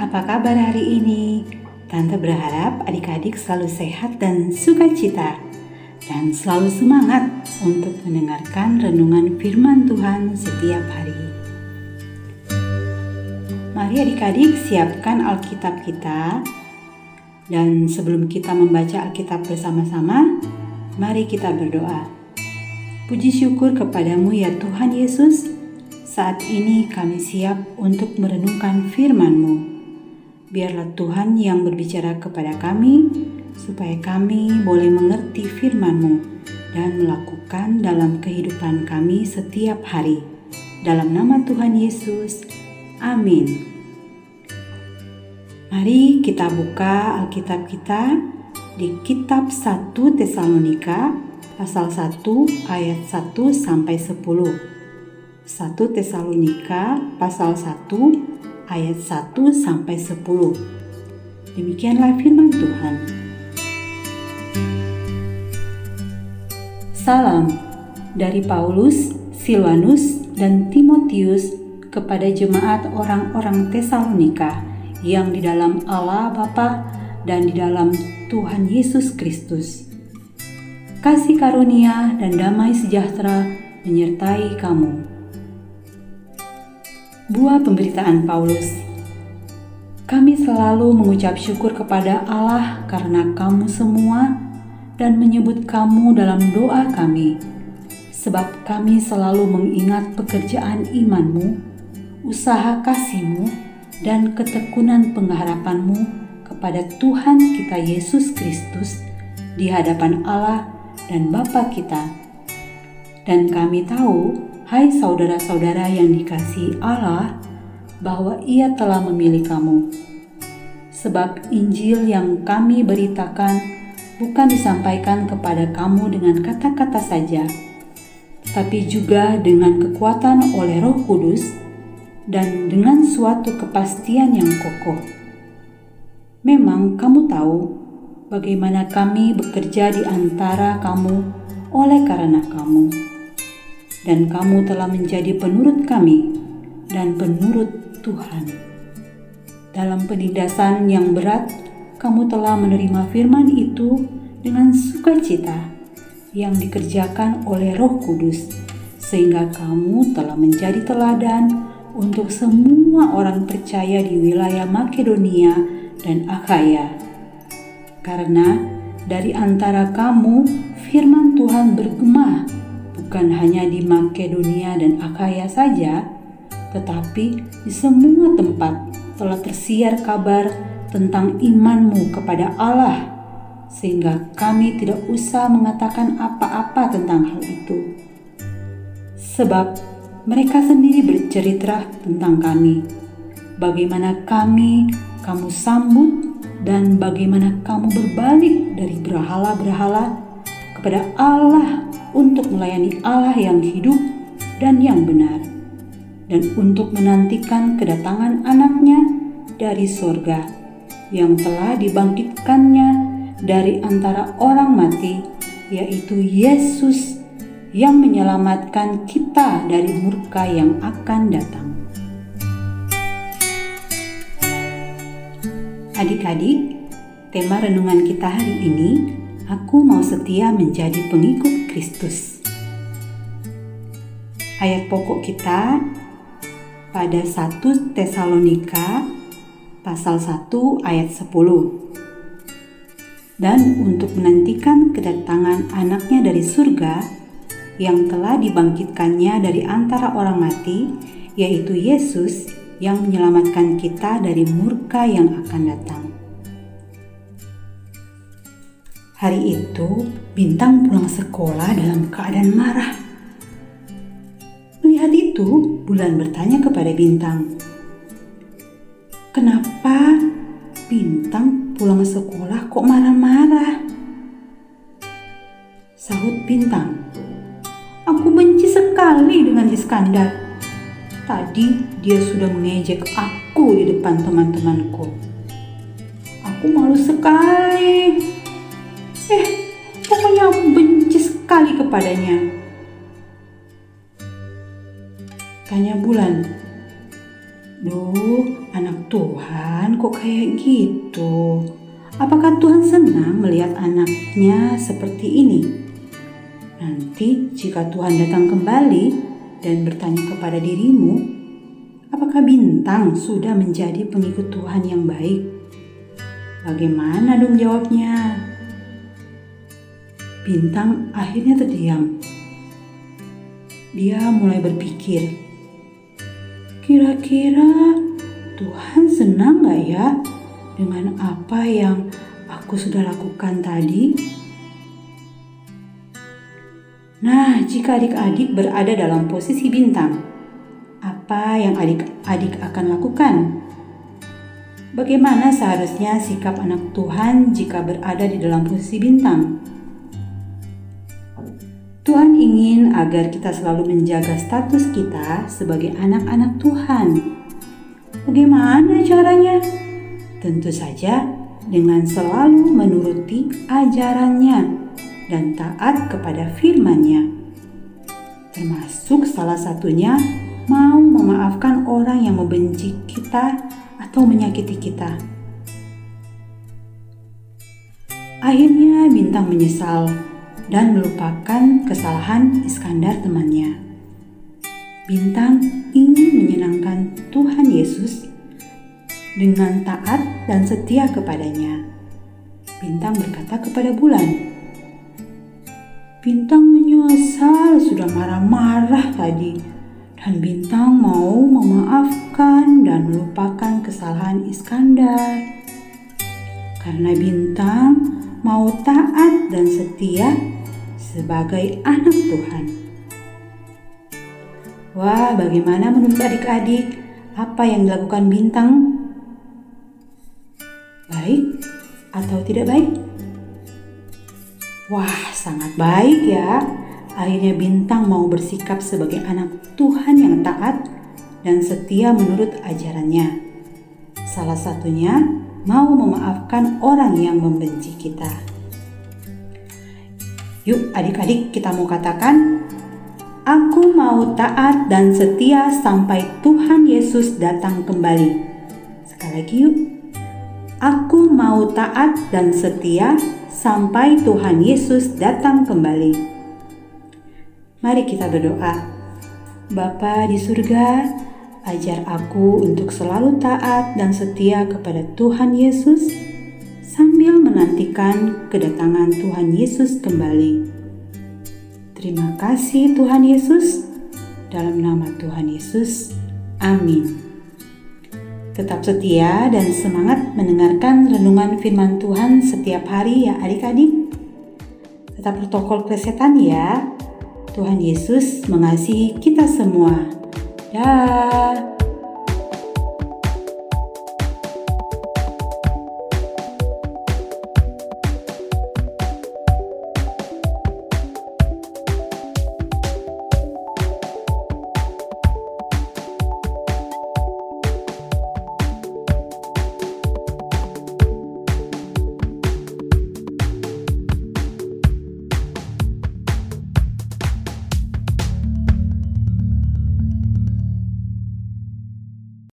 apa kabar hari ini? Tante berharap adik-adik selalu sehat dan sukacita, dan selalu semangat untuk mendengarkan renungan firman Tuhan setiap hari. Mari adik-adik siapkan Alkitab kita, dan sebelum kita membaca Alkitab bersama-sama, mari kita berdoa. Puji syukur kepadamu ya Tuhan Yesus. Saat ini kami siap untuk merenungkan firman-Mu. Biarlah Tuhan yang berbicara kepada kami, supaya kami boleh mengerti firman-Mu dan melakukan dalam kehidupan kami setiap hari. Dalam nama Tuhan Yesus, amin. Mari kita buka Alkitab kita di kitab 1 Tesalonika pasal 1 ayat 1 sampai 10. 1 Tesalonika pasal 1 ayat 1 sampai 10. Demikianlah firman Tuhan. Salam dari Paulus, Silvanus, dan Timotius kepada jemaat orang-orang Tesalonika yang di dalam Allah Bapa dan di dalam Tuhan Yesus Kristus. Kasih karunia dan damai sejahtera menyertai kamu. Buah pemberitaan Paulus. Kami selalu mengucap syukur kepada Allah karena kamu semua dan menyebut kamu dalam doa kami, sebab kami selalu mengingat pekerjaan imanmu, usaha kasihmu, dan ketekunan pengharapanmu kepada Tuhan kita Yesus Kristus di hadapan Allah dan Bapa kita. Dan kami tahu, hai saudara-saudara yang dikasihi Allah, bahwa Ia telah memilih kamu. Sebab Injil yang kami beritakan bukan disampaikan kepada kamu dengan kata-kata saja, tetapi juga dengan kekuatan oleh Roh Kudus dan dengan suatu kepastian yang kokoh. Memang kamu tahu bagaimana kami bekerja di antara kamu oleh karena kamu. Dan kamu telah menjadi penurut kami dan penurut Tuhan. Dalam penindasan yang berat, kamu telah menerima firman itu dengan sukacita yang dikerjakan oleh Roh Kudus, sehingga kamu telah menjadi teladan untuk semua orang percaya di wilayah Makedonia dan Akhaya. Karena dari antara kamu firman Tuhan bergema bukan hanya di Makedonia dan Akhaya saja, tetapi di semua tempat telah tersiar kabar tentang imanmu kepada Allah, sehingga kami tidak usah mengatakan apa-apa tentang hal itu. Sebab mereka sendiri bercerita tentang kami, bagaimana kamu sambut dan bagaimana kamu berbalik dari berhala-berhala kepada Allah untuk melayani Allah yang hidup dan yang benar, dan untuk menantikan kedatangan anaknya dari sorga, yang telah dibangkitkannya dari antara orang mati, yaitu Yesus, yang menyelamatkan kita dari murka yang akan datang. Adik-adik, tema renungan kita hari ini, aku mau setia menjadi pengikut Kristus. Ayat pokok kita pada 1 Tesalonika pasal 1 ayat 10. Dan untuk menantikan kedatangan anaknya dari surga yang telah dibangkitkannya dari antara orang mati, yaitu Yesus yang menyelamatkan kita dari murka yang akan datang. Hari itu, Bintang pulang sekolah dalam keadaan marah. Melihat itu, Bulan bertanya kepada Bintang, "Kenapa Bintang pulang sekolah kok marah-marah?" Sahut Bintang, "Aku benci sekali dengan Iskandar. Tadi dia sudah mengejek aku di depan teman-temanku. Aku malu sekali. Pokoknya aku benci sekali kepadanya." Tanya Bulan, "Duh, Anak Tuhan kok kayak gitu? Apakah Tuhan senang melihat anaknya seperti ini? Nanti jika Tuhan datang kembali dan bertanya kepada dirimu, apakah Bintang sudah menjadi pengikut Tuhan yang baik? Bagaimana dong jawabnya? Bintang akhirnya terdiam. Dia mulai berpikir, kira-kira Tuhan senang gak ya dengan apa yang aku sudah lakukan tadi? Nah, jika adik-adik berada dalam posisi Bintang, apa yang adik-adik akan lakukan? Bagaimana seharusnya sikap anak Tuhan jika berada di dalam posisi Bintang? Tuhan ingin agar kita selalu menjaga status kita sebagai anak-anak Tuhan. Bagaimana caranya? Tentu saja dengan selalu menuruti ajarannya dan taat kepada firman-Nya. Termasuk salah satunya mau memaafkan orang yang membenci kita atau menyakiti kita. Akhirnya Bintang menyesal dan melupakan kesalahan Iskandar temannya. Bintang ingin menyenangkan Tuhan Yesus dengan taat dan setia kepadanya. Bintang berkata kepada bulan, Bintang menyesal sudah marah-marah tadi, dan Bintang mau memaafkan dan melupakan kesalahan Iskandar. Karena Bintang mau taat dan setia sebagai anak Tuhan. Wah, bagaimana menurut adik-adik? Apa yang dilakukan Bintang? Baik atau tidak baik? Wah, sangat baik ya. Akhirnya Bintang mau bersikap sebagai anak Tuhan yang taat dan setia menurut ajarannya. Salah satunya mau memaafkan orang yang membenci kita. Yuk adik-adik, kita mau katakan, aku mau taat dan setia sampai Tuhan Yesus datang kembali. Sekali lagi yuk. Aku mau taat dan setia sampai Tuhan Yesus datang kembali. Mari kita berdoa. Bapa di surga, ajar aku untuk selalu taat dan setia kepada Tuhan Yesus sambil menantikan kedatangan Tuhan Yesus kembali. Terima kasih Tuhan Yesus, dalam nama Tuhan Yesus, amin. Tetap setia dan semangat mendengarkan renungan firman Tuhan setiap hari ya adik-adik. Tetap protokol kesehatan ya. Tuhan Yesus mengasihi kita semua. Dah.